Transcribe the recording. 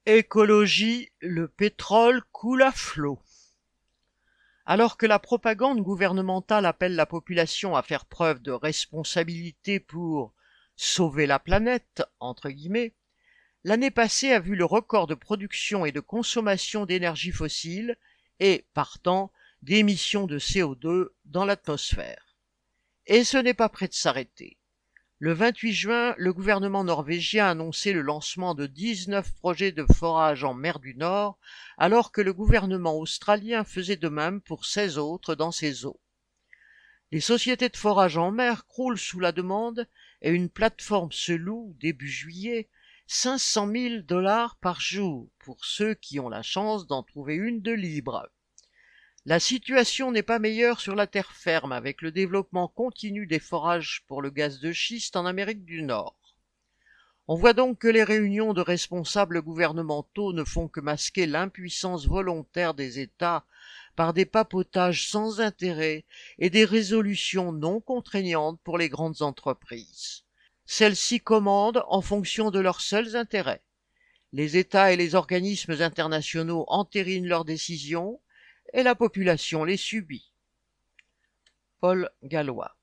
Écologie, le pétrole coule à flot. Alors que la propagande gouvernementale appelle la population à faire preuve de responsabilité pour sauver la planète, entre guillemets, l'année passée a vu le record de production et de consommation d'énergie fossile et, partant, d'émissions de CO2 dans l'atmosphère. Et ce n'est pas près de s'arrêter. Le 28 juin, le gouvernement norvégien a annoncé le lancement de 19 projets de forage en mer du Nord, alors que le gouvernement australien faisait de même pour 16 autres dans ses eaux. Les sociétés de forage en mer croulent sous la demande et une plateforme se loue, début juillet, 500 000 $ par jour pour ceux qui ont la chance d'en trouver une de libre. La situation n'est pas meilleure sur la terre ferme avec le développement continu des forages pour le gaz de schiste en Amérique du Nord. On voit donc que les réunions de responsables gouvernementaux ne font que masquer l'impuissance volontaire des États par des papotages sans intérêt et des résolutions non contraignantes pour les grandes entreprises. Celles-ci commandent en fonction de leurs seuls intérêts. Les États et les organismes internationaux entérinent leurs décisions et la population les subit. Paul Gallois.